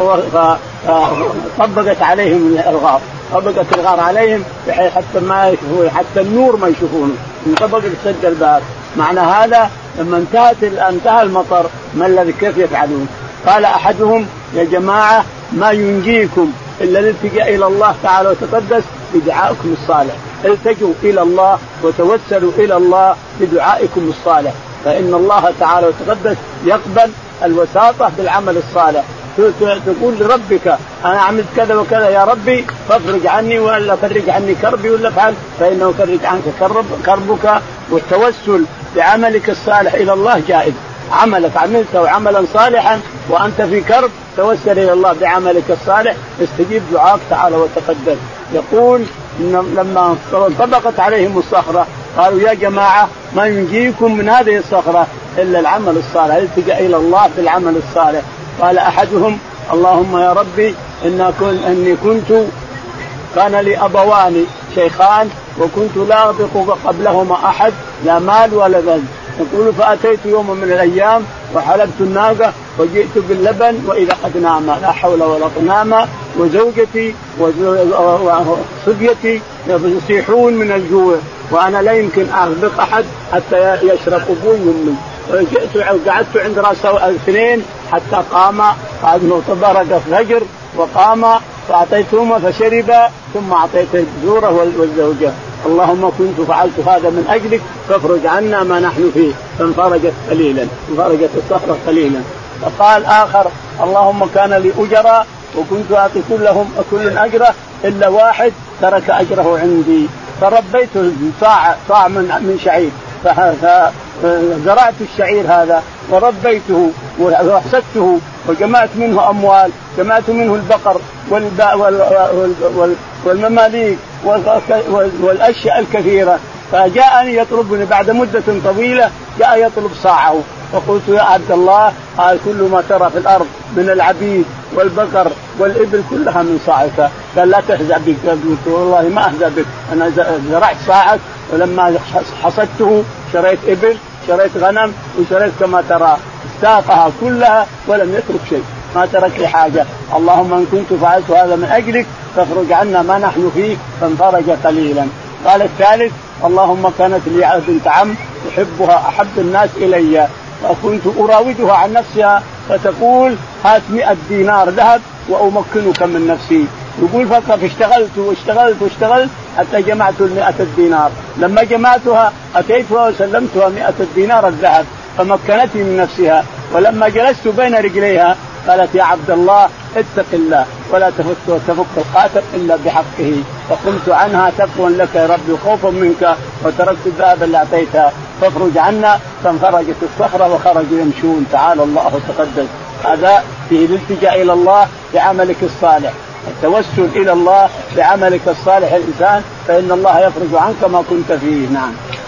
طبقت عليهم الغار طبقت الغار عليهم بحيث حتى النور ما يشوفونه طبقت سد الباب. معنى هذا لما انتهى المطر ما الذي كيف يفعلون؟ قال أحدهم يا جماعة ما ينجيكم إلا الالتجاء إلى الله تعالى وتقدس بدعائكم الصالح. التجوا إلى الله وتوسلوا إلى الله بدعائكم الصالح فإن الله تعالى وتقدس يقبل الوساطة بالعمل الصالح. تقول لربك أنا عملت كذا وكذا يا ربي فافرج عني ولا فرج عني كربي ولا فعل فإنه فرج عنك كربك. والتوسل بعملك الصالح إلى الله جائز. عملك عملته عملا صالحا وأنت في كرب توسل إلى الله بعملك الصالح استجيب دعاك تعالى وتقدس. يقول إن لما انطبقت عليهم الصخرة قالوا يا جماعة ما ينجيكم من هذه الصخرة إلا العمل الصالح التجاء إلى الله بالعمل الصالح. قال أحدهم اللهم يا ربي إني كان لي أبوان شيخان وكنت لا أطيق قبلهما أحد لا مال ولا بنت. يقول فأتيت يوم من الأيام وحلبت الناقة وجئت باللبن وإذا قد نام لا حول ولا قوة وزوجتي وصبيتي يصيحون من الجوع وأنا لا يمكن أغبط أحد حتى يشرب أبوي وأمي. قعدت عند رأس الاثنين حتى قام تبارك الفجر وقام فأعطيتهما فشربا ثم أعطيت الزورة والزوجة. اللهم كنت فعلت هذا من أجلك فافرج عنا ما نحن فيه فانفرجت الصخرة قليلا. فقال آخر اللهم كان لي أجرا وكنت أعطي كل أجره إلا واحد ترك أجره عندي فربيته صاع من شعير فزرعت الشعير هذا وربيته وحسدته وجمعت منه أموال جمعت منه البقر والمماليك والأشياء الكثيرة. فجاءني يطلبني بعد مدة طويلة جاء يطلب صاعه فقلت يا عبد الله قال كل ما ترى في الأرض من العبيد والبقر والإبل كلها من صاعك. قال لا تهزأ بك. قلت والله ما أهزأ بك، أنا زرعت صاعك ولما حصدته شريت إبل شريت غنم وشريت كما ترى استاقها كلها ولم يترك شيء، ما ترك لي حاجة. اللهم إن كنت فعلت هذا من أجلك فافرج عنا ما نحن فيه، فانفرج قليلا. قال الثالث اللهم كانت لي بنت عم أحبها أحب الناس إلي، فكنت أراودها عن نفسها فتقول هات 100 دينار ذهب وأمكنك من نفسي. يقول فقط اشتغلت حتى جمعت 100 دينار. لما جمعتها أتيتها وسلمتها 100 دينار الذهب فمكنتني من نفسها. ولما جلست بين رجليها قالت يا عبد الله اتق الله ولا تفك القاتل إلا بحقه. فقمت عنها تقوى لك يا ربي خوفا منك وتركت الذهب اللي أعطيتها، فافرج عنا. فانفرجت الصخرة وخرجوا يمشون. تعالى الله وتقدس. هذا فيه الالتجاء إلى الله بعملك الصالح، التوسل إلى الله بعملك الصالح الإنسان، فإن الله يفرج عنك ما كنت فيه. نعم.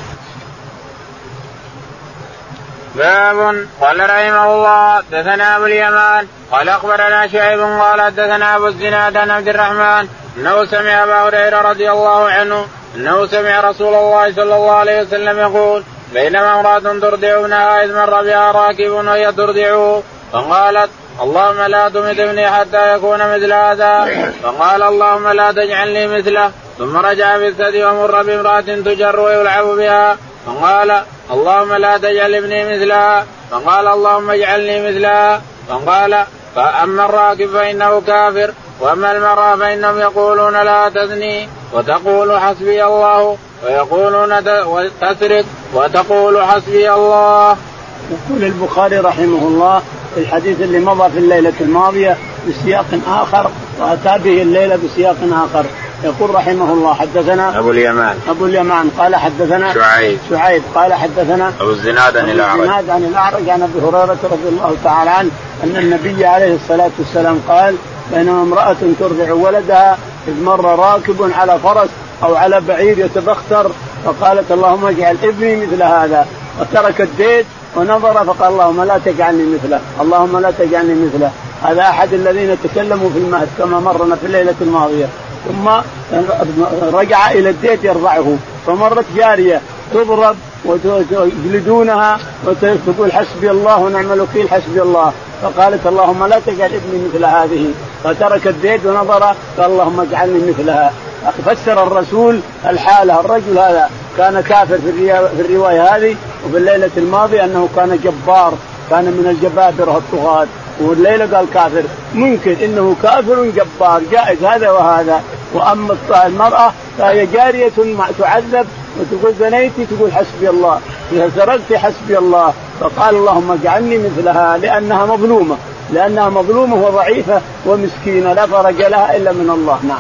باب. قال رحمه الله حدثنا ابو اليمان قال اخبرنا شعيب قال حدثنا ابو الزناد عن عبد الرحمن انه سمع ابا هريره رضي الله عنه انه سمع رسول الله صلى الله عليه وسلم يقول بينما امراه ترضع ابنها اذ مر بها راكب وهي ترضعه فقالت اللهم لا تمت ابني حتى يكون مثل هذا، فقال اللهم لا تجعلني مثله. ثم رجع بالثدي ومر بامراه تجر ويلعب بها فقال اللهم لا تجعل ابني مثلها، فقال اللهم اجعلني مثلها. فقال فأما الراكب فإنه كافر وأما المرأة فإنهم يقولون لا تزني وتقول حسبي الله ويقولون تسرق وتقول حسبي الله. يقول البخاري رحمه الله في الحديث اللي مضى في الليلة الماضية بسياق آخر وأتى به الليلة بسياق آخر. يقول رحمه الله حدثنا أبو اليمان قال حدثنا شعيب قال حدثنا أبو الزناد عن الأعرج عن أبي هريرة رضي الله تعالى عنه أن النبي عليه الصلاة والسلام قال بينما امرأة ترضع ولدها إذ مر راكب على فرس أو على بعير يتبختر فقالت اللهم اجعل ابني مثل هذا، وترك الديت ونظر فقال اللهم لا تجعلني مثله، اللهم لا تجعلني مثله. هذا أحد الذين تكلموا في المهد كما مرنا في الليلة الماضية. ثم رجع إلى الديت يرضعه فمرت جارية تضرب ويجلدونها وتقول حسبي الله ونعم الوكيل حسبي الله، فقالت اللهم لا تجعل ابني مثل هذه، فترك الديت ونظر قال اللهم اجعلني مثلها. فسر الرسول الحالة. الرجل هذا كان كافر في الرواية هذه، وفي الليلة الماضية أنه كان جبار، كان من الجبابرة الطغاة، والليلة قال كافر. ممكن إنه كافر جبار جائز هذا وهذا. وأما المرأة فهي جارية تعذب وتقول زنيتي تقول حسبي الله، إذا سرقت حسبي الله. فقال اللهم اجعلني مثلها لأنها مظلومة وضعيفة ومسكينة لا فرج لها إلا من الله. نعم.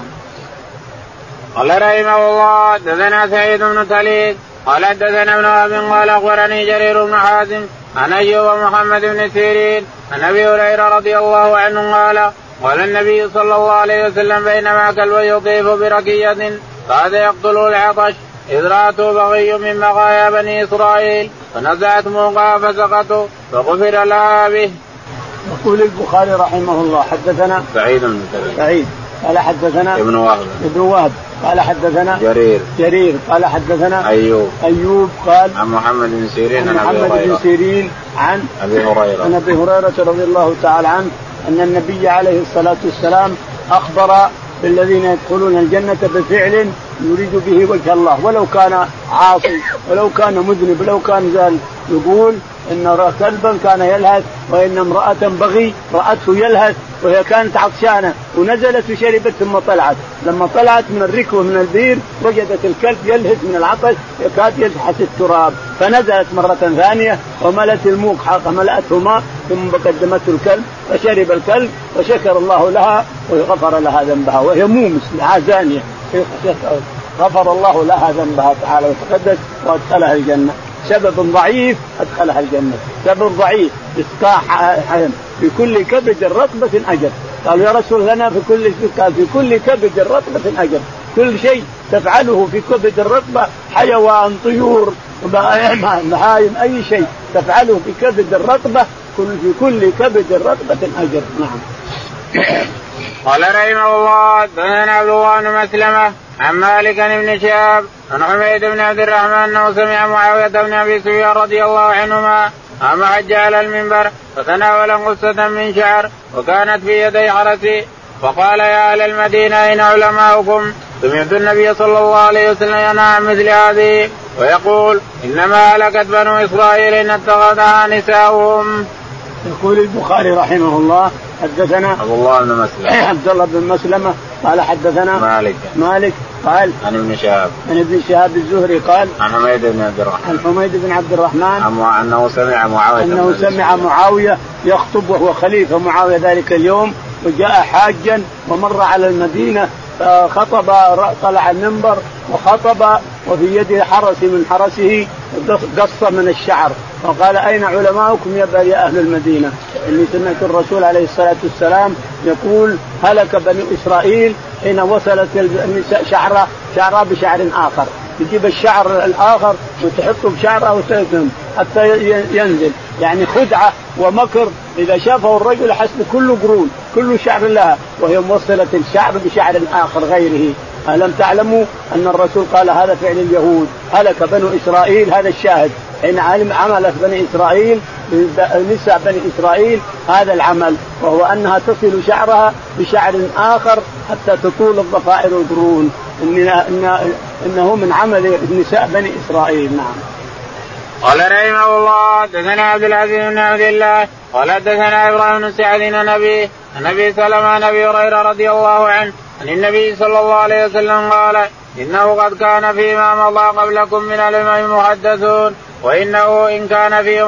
قال رحمه الله حدثنا سعيد بن سليم قال حدثنا ابن وهب قال اخبرني جرير بن حازم عن ايوب ومحمد بن سيرين عن ابي هريره رضي الله عنه قال النبي صلى الله عليه وسلم بينما كلب يطيف بركية بعد يقتل العطش إذ رأته بغي من بغايا بني إسرائيل فنزعت موقعها فسقطوا فغفر لها به. يقول البخاري رحمه الله حدثنا سعيد قال حدثنا ابن وهب قال حدثنا جرير قال حدثنا أيوب قال عن محمد بن سيرين عن أبي هريرة رضي الله تعالى عنه أن النبي عليه الصلاة والسلام أخبر بالذين يدخلون الجنة بفعل يريد به وجه الله، ولو كان عاصي ولو كان مذنب ولو كان زال. يقول إن كلبا كان يلهث وإن امرأة بغي رأته يلهث وهي كانت عطشانة ونزلت وشربت ثم طلعت. لما طلعت من الركوة من البير وجدت الكلب يلهث من العطش يكاد يلحس التراب، فنزلت مرة ثانية وملت الموق حقا ملأته ماء ثم قدمته الكلب فشرب الكلب وشكر الله لها وغفر لها ذنبها وهي مومس زانية، غفر الله لها ذنبها تعالى وتقدس وادخلها الجنة. سبب ضعيف أدخلها الجنة، سبب ضعيف إسقاء في كل كبد رطبة أجر. قالوا يا رسول لنا في كل كبد رطبة أجر، كل شيء تفعله في كبد الرطبة حيوان طيور بهائم أي شيء تفعله في كبد الرطبة في كل كبد الرطبة أجر. نعم. قال رحمه الله حدثنا عبد الله بن مسلمة عن مالك بن شهاب عن حميد بن عبد الرحمن أنه سمع معاوية بن أبي سفيان رضي الله عنهما أما حج على المنبر فتناول غصة من شعر وكانت في يدي حرسي فقال يا أهل المدينة أين علماؤكم؟ سمعت النبي صلى الله عليه وسلم ينهى عن مثل هذه ويقول إنما هلكت بنو إسرائيل إن اتخذها نساؤهم. يقول البخاري رحمه الله حدثنا عبد الله بن مسلمة قال حدثنا مالك قال عن ابن شهاب الزهري قال عن حميد بن عبد الرحمن أنه سمع معاوية يخطب وهو خليفة معاوية ذلك اليوم وجاء حاجا ومر على المدينة فخطب طلع المنبر وخطب وفي يده حرس من حرسه قصة من الشعر وقال أين علماؤكم يا أهل المدينة؟ إني سمعت الرسول عليه الصلاة والسلام يقول هلك بني إسرائيل حين وصلت النساء شعرها بشعر آخر تجيب الشعر الآخر وتحطه بشعرها وتأثم حتى ينزل يعني خدعة ومكر. إذا شافه الرجل حسب كل قرون كل شعر لها وهي موصلة الشعر بشعر آخر غيره. ألم تعلموا أن الرسول قال هذا فعل اليهود هلك بنو إسرائيل؟ هذا الشاهد حين عملت بني إسرائيل نساء بني إسرائيل هذا العمل وهو أنها تصل شعرها بشعر آخر حتى تطول الضفائر والقرون إنه من عمل نساء بني إسرائيل. نعم. قال رحمه الله حدثنا عبد العزيز بن عبد الله قال حدثنا إبراهيم بن سعد النبي سلمة نبي هريرة رضي الله عنه عن النبي صلى الله عليه وسلم قال إنه قد كان فيما مضى قبلكم من الأمم المحدثون وإنه إن كان في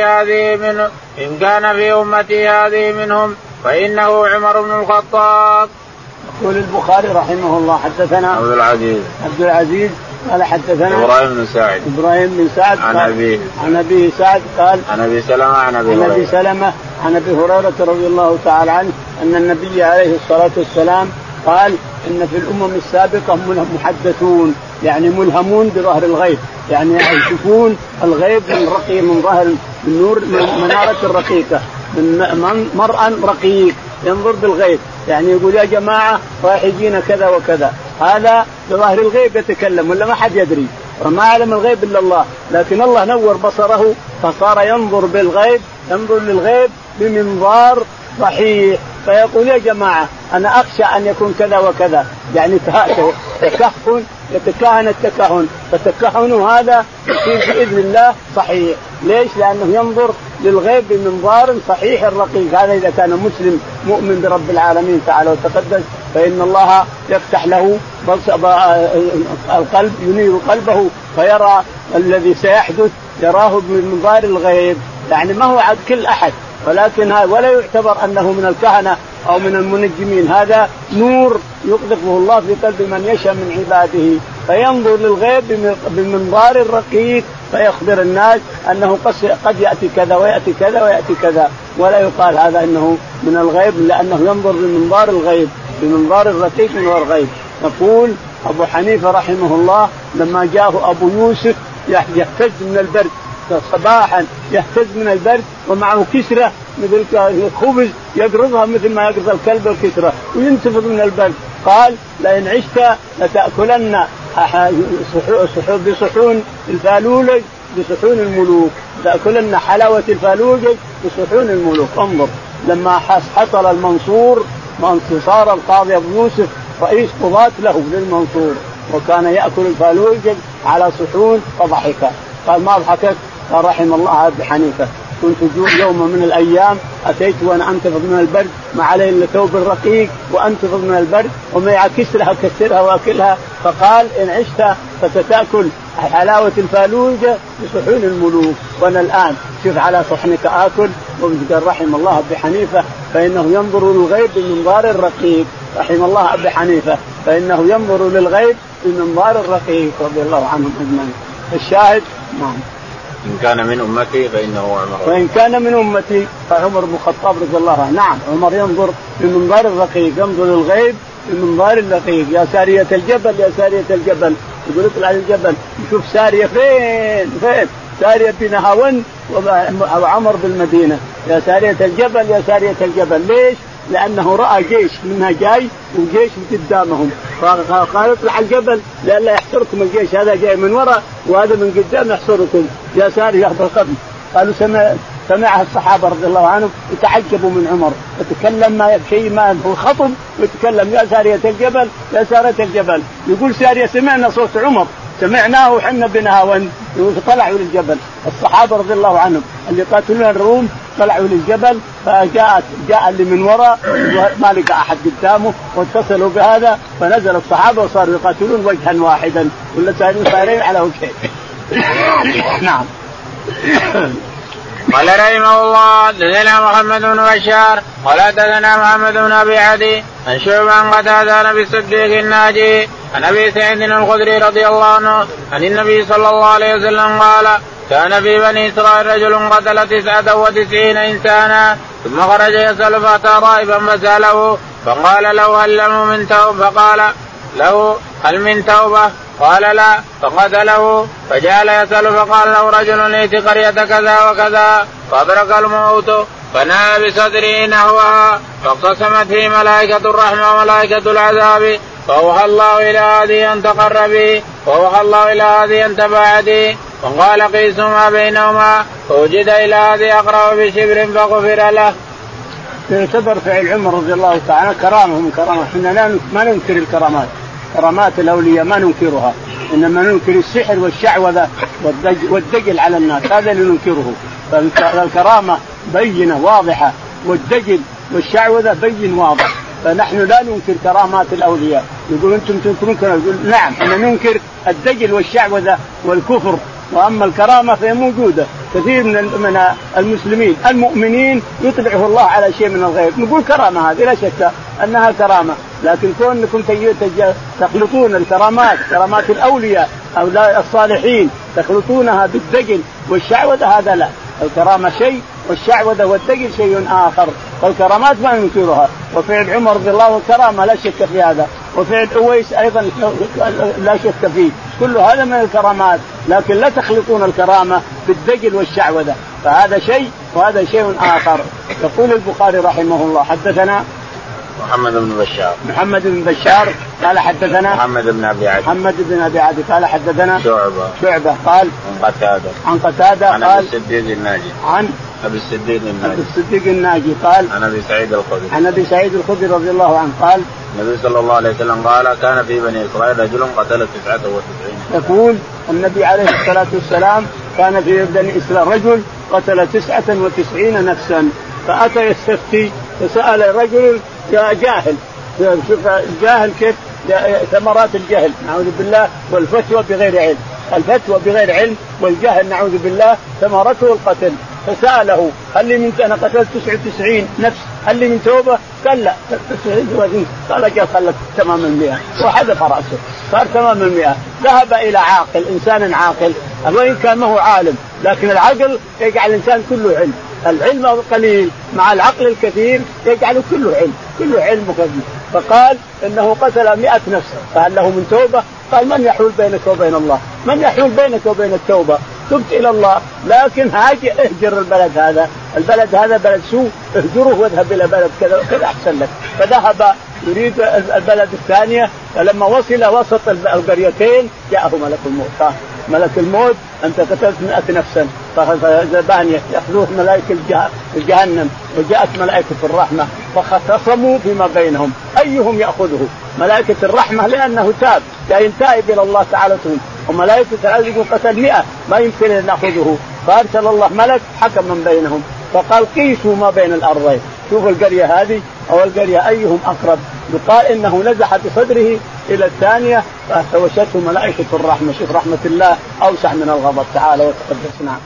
أمتي هذه منهم فإنه عمر بن الخطاب. يقول البخاري رحمه الله حدثنا عبد العزيز قال حدثنا إبراهيم بن سعد عن أبي سعد قال عن أبي سلمة عن أبي هريرة رضي الله تعالى عنه أن النبي عليه الصلاة والسلام قال إن في الأمم السابقة محدثون يعني ملهمون بظهر الغيب يعني يشوفون الغيب من ظهر من نور من منارة الرقيقة من مرأة رقيق ينظر بالغيب يعني يقول يا جماعة رايح يجينا كذا وكذا هذا بظهر الغيب يتكلم ولا ما حد يدري وما علم الغيب إلا الله لكن الله نور بصره فصار ينظر بالغيب ينظر للغيب بمنظار صحيح فيقول يا جماعة أنا أخشى أن يكون كذا وكذا يعني تكهن يتكهن التكهن فتكهن هذا يصير بإذن الله صحيح. ليش؟ لأنه ينظر للغيب بمنظار صحيح الرقيق. هذا إذا كان مسلم مؤمن برب العالمين تعالى وتقدس فإن الله يفتح له القلب ينير قلبه فيرى الذي سيحدث يراه بمنظار الغيب يعني ما هو عند كل أحد ولكن ولا يعتبر أنه من الكهنة أو من المنجمين هذا نور يقذفه الله في قلب من يشاء من عباده فينظر للغيب بمنظار الرقيق فيخبر الناس أنه قد يأتي كذا ويأتي كذا ويأتي كذا ولا يقال هذا إنه من الغيب لأنه ينظر بمنظار الغيب بمنظار الرقيق من الغيب. يقول أبو حنيفة رحمه الله لما جاءه أبو يوسف يهتز من البرد صباحا يهتز من البرد ومعه كسرة مثل خبز يقرضها مثل ما يقرض الكلب الكسرة وينتفض من البرد قال لئن عشت لتأكلن بصحون الفالوجج بصحون الملوك تأكلن حلاوة الفالوجج بصحون الملوك. انظر لما حصل المنصور وانتصار القاضي أبو يوسف رئيس قضاة له للمنصور وكان يأكل الفالوجج على صحون فضحك قال ما ضحكت قال رحم الله أبي حنيفة كنت يوم من الأيام أتيت وأنا أنتفض من البرد ما علي إلا ثوب الرقيق وأنتفض من البرد وما كسرها كسرها وأكلها فقال إن عشت فستأكل حلاوة الفالوجة بصحون الملوك وأنا الآن شوف على صحنك آكل. وقال رحم الله أبي حنيفة فإنه ينظر للغيب بمنظار الرقيق رحم الله أبي حنيفة فإنه ينظر للغيب بمنظار الرقيق رضي الله عنهم أجمعين. الشاهد نعم إن كان من أمتي فإنه عمر وإن كان من أمتي فعمر بن الخطاب رضي الله عنه. نعم عمر ينظر بمنظار الرقيق ينظر للغيب بمنظار الرقيق. يا سارية الجبل يا سارية الجبل يقول اطلع للجبل يشوف سارية فين سارية بنهاون وعمر بالمدينة، يا سارية الجبل يا سارية الجبل. ليش؟ لأنه رأى جيش منها جاي وجيش قدامهم، فقال اطلع الجبل لئلا يحصركم الجيش، هذا جاي من وراء وهذا من قدام يحصركم يا سارية بالقدم. قالوا سمعها الصحابة رضي الله عنهم يتعجبوا من عمر، يتكلم ما شيء ما هو خطب ويتكلم يا سارية الجبل يا سارية الجبل. يقول سارية سمعنا صوت عمر سمعناه وحنا بنهاون، طلعوا للجبل. الصحابة رضي الله عنهم اللي قاتلون الروم طلعوا للجبل، جاء اللي من وراء ما لقى أحد قدامه واتصلوا بهذا، فنزل الصحابة وصاروا يقاتلون وجها واحدا ولا سارين على وجهين. نعم. قال رحمه الله حدثنا محمد بن بشار قال حدثنا محمد بن ابي عدي عن شعبة عن قتادة عن ابي الصديق الناجي عن ابي سعيد الخدري رضي الله عنه عن النبي صلى الله عليه وسلم قال كان في بني اسرائيل رجل قتل 99 انسانا ثم خرج يسأل فأتى رائبا فسأله فقال له هل من توبة قال لا فقتله، فجعل يسأل فقال له رجل ائت قرية كذا وكذا فأدرك الموت فنام بصدره نحوها فاقتسمت فيه ملائكة الرحمة وملائكة العذاب، فأوحى الله إلى هذه أن تقربي وأوحى الله إلى هذه أن تباعدي، وقال قيسوا ما بينهما فوجد إلى هذه أقرب بشبر فغفر له. يعتبر فعل عمر رضي الله تعالى كرامة من كرامة. احنا ما ننكر الكرامات، كرامات الأولياء ما ننكرها، إنما ننكر السحر والشعوذة والدجل على الناس، هذا اللي ننكره. فالكرامة بينة واضحة والدجل والشعوذة بين واضح، فنحن لا ننكر كرامات الأولياء. يقول أنتم تنكرون، يقول نعم احنا ننكر الدجل والشعوذة والكفر، وأما الكرامة فهي موجودة. كثير من المسلمين المؤمنين يطلعه الله على شيء من الغيب، نقول كرامة هذه لا شك أنها كرامة، لكن كونكم تخلطون الكرامات كرامات الأولياء أو الصالحين تخلطونها بالدجل والشعوذة هذا لا. الكرامة شيء والشعوذة والدجل شيء آخر، فالكرامات ما ننكرها. وفعل عمر رضي الله عنه كرامة لا شك في هذا، وفعل أويس أيضا لا شك فيه، كل هذا من الكرامات، لكن لا تخلطون الكرامة بالدجل والشعوذة، فهذا شيء وهذا شيء آخر. يقول البخاري رحمه الله حدثنا محمد بن بشار قال حدثنا محمد بن أبي عدي قال حدثنا شعبة قال عن قتادة عن قال أبي الصديق الناجي قال عن أبي سعيد الخدري رضي الله عنه قال النبي صلى الله عليه وسلم قال كان في بني إسرائيل رجل قتل 99. يقول النبي عليه الصلاة والسلام كان في بني إسرائيل رجل قتل 99 نفسا، فأتى يستفتي فسأل رجل جاهل، شوف الجاهل كيف ثمرات الجهل نعوذ بالله، والفتوى بغير علم، الفتوى بغير علم والجهل نعوذ بالله ثمرته القتل. فسأله هل لي من أنا قتلت 99 نفس هل لي من توبة؟ قال لا. قال جاء خلك تمام 100 وحذف رأسه صار تمام 100. ذهب إلى عاقل، إنسان عاقل، وإن كان ما هو عالم لكن العقل يجعل الإنسان كله علم، العلم القليل مع العقل الكثير يجعل كله علم وكذب. فقال إنه قتل 100 نفس فهل له من توبة؟ قال من يحول بينك وبين الله؟ من يحول بينك وبين التوبة؟ تبت إلى الله، لكن هاجي اهجر البلد هذا بلد سوء، اهجره واذهب إلى بلد كذا أحسن لك. فذهب يريد البلد الثانية، فلما وسط القريتين جاءه ملك الموت أنت قتلت 100 نفسا، فزبانية يأخذوه ملائكة جهنم، وجاءت ملائكة الرحمة فختصموا فيما بينهم أيهم يأخذه. ملائكة الرحمة لأنه تاب تائب إلى الله تعالى، وملائكة العذاب يقول قتل 100 ما يمكن أن نأخذه، فأرسل الله ملك حكم من بينهم فقال قيسوا ما بين الأرضين، شوفوا القرية هذه أو القرية أيهم أقرب. يقال إنه نزح بصدره إلى الثانية فاحتوشته ملائكة الرحمة. شوف رحمة الله أوسع من الغضب تعالى وتقدس. نعم.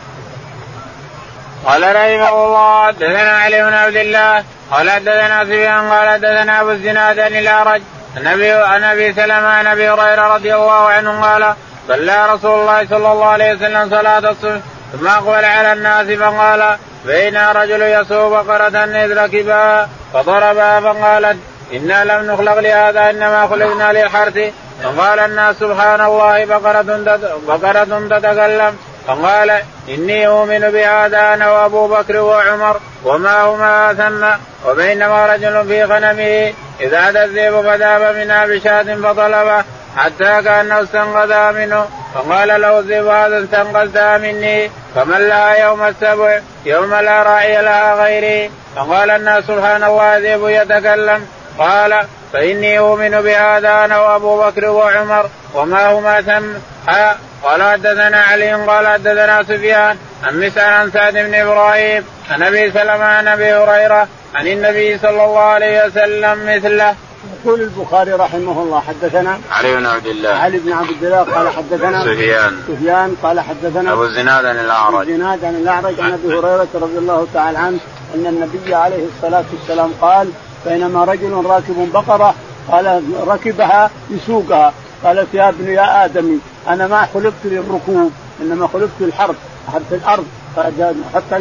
قال رحمه الله حدثنا علي بن عبد الله قال حدثنا سفيان قال حدثنا أبو الزناد عن الأعرج عن أبي سلمة عن أبي هريرة رضي الله عنه قال صلى رسول الله صلى الله عليه وسلم صلاة الصبح ثم أقبل على الناس فقال بين رجل يسوق بقرة إذ ركبها فضربها فقالت إنا لم نخلق لهذا إنما خلقنا للحرث. فقال الناس سبحان الله بقرة تتكلم. فقال إني أؤمن بهذا أنا وأبو بكر وعمر وما هما ثم. وبينما رجل في غنمه إذا عدا الذئب فذهب منها بشاة فطلبه حتى كأنه استنقذها منه. فقال له الذئب هذا استنقذتها مني فمن لها يوم السبع يوم لا راعي لها غيري. فقال الناس سبحان الله الذئب يتكلم. قال فإني أؤمن بهذا أنا وأبو بكر وعمر وما هما ثم. قال حدثنا علي قال حدثنا سفيان عن مسعر عن سعد بن إبراهيم عن أبي سلمة عن أبي هريرة عن النبي صلى الله عليه وسلم مثله. يقول البخاري رحمه الله حدثنا علي بن عبد الله قال حدثنا سفيان قال حدثنا أبو الزناد عن الأعرج عن أبي هريرة رضي الله تعالى عنه أن النبي عليه الصلاة والسلام قال بينما رجل راكب بقرة قال ركبها يسوقها قال يا ابن يا آدمي أنا ما خلقت للركوب إنما خلقت للحرث حرث الأرض حتى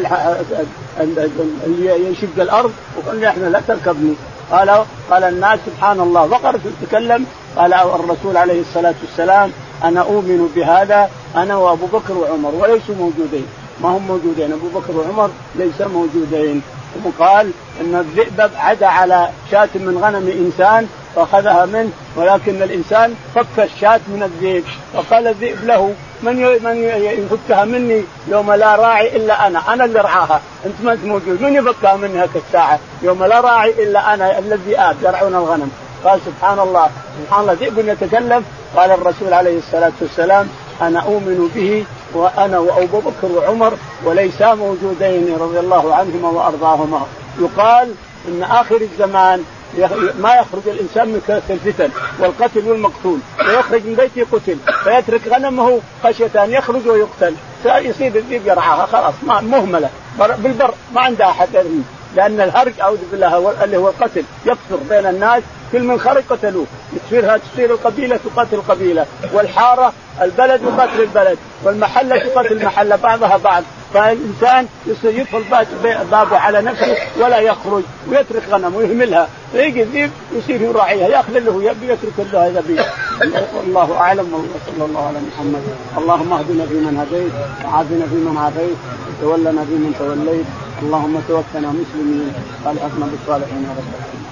يشق الأرض وقال لي إحنا لا تركبني. قال الناس سبحان الله بقرة تتكلم. قال الرسول عليه الصلاة والسلام أنا أؤمن بهذا أنا وأبو بكر وعمر وليسوا موجودين ما هم موجودين أبو بكر وعمر ليس موجودين. وقال إن الذئب عدا على شاة من غنم إنسان فأخذها منه ولكن الإنسان فك الشاة من الذئب. فقال الذئب له من يفكها مني يوم لا راعي إلا أنا اللي رعاها أنت ما أنت موجود من يفكها مني هكذا الساعة يوم لا راعي إلا أنا الذي يرعون الغنم. قال سبحان الله ذئب يتكلم. قال الرسول عليه الصلاة والسلام أنا أؤمن به وأنا وأبو بكر وعمر وليسا موجودين رضي الله عنهما وأرضاهما. يقال إن آخر الزمان ما يخرج الإنسان من كثرة الفتن والقتل والمقتول ويخرج من بيته قتل فيترك غنمه خشية أن يخرج ويقتل يصير الذئب يرعاها خلاص مهملة بالبر ما عندها أحد يرمي لأن الهرج أعوذ بالله اللي هو القتل يكثر بين الناس كل من خرج قتلوه تصير القبيلة تقاتل القبيلة والحارة البلد يقاتل البلد والمحلة تقاتل المحلة بعضها بعض. فالإنسان يدخل بابه على نفسه ولا يخرج ويترك غنمه ويهملها فيجي الذئب يصير يراعيها يأخذ له يترك له يبي. الله أعلم وصلى الله على محمد. اللهم اهدنا فيمن هديت وعافنا فيمن عافيت وتولنا فيمن توليت اللهم توفنا مسلمين والحقنا بالصالحين يا رب.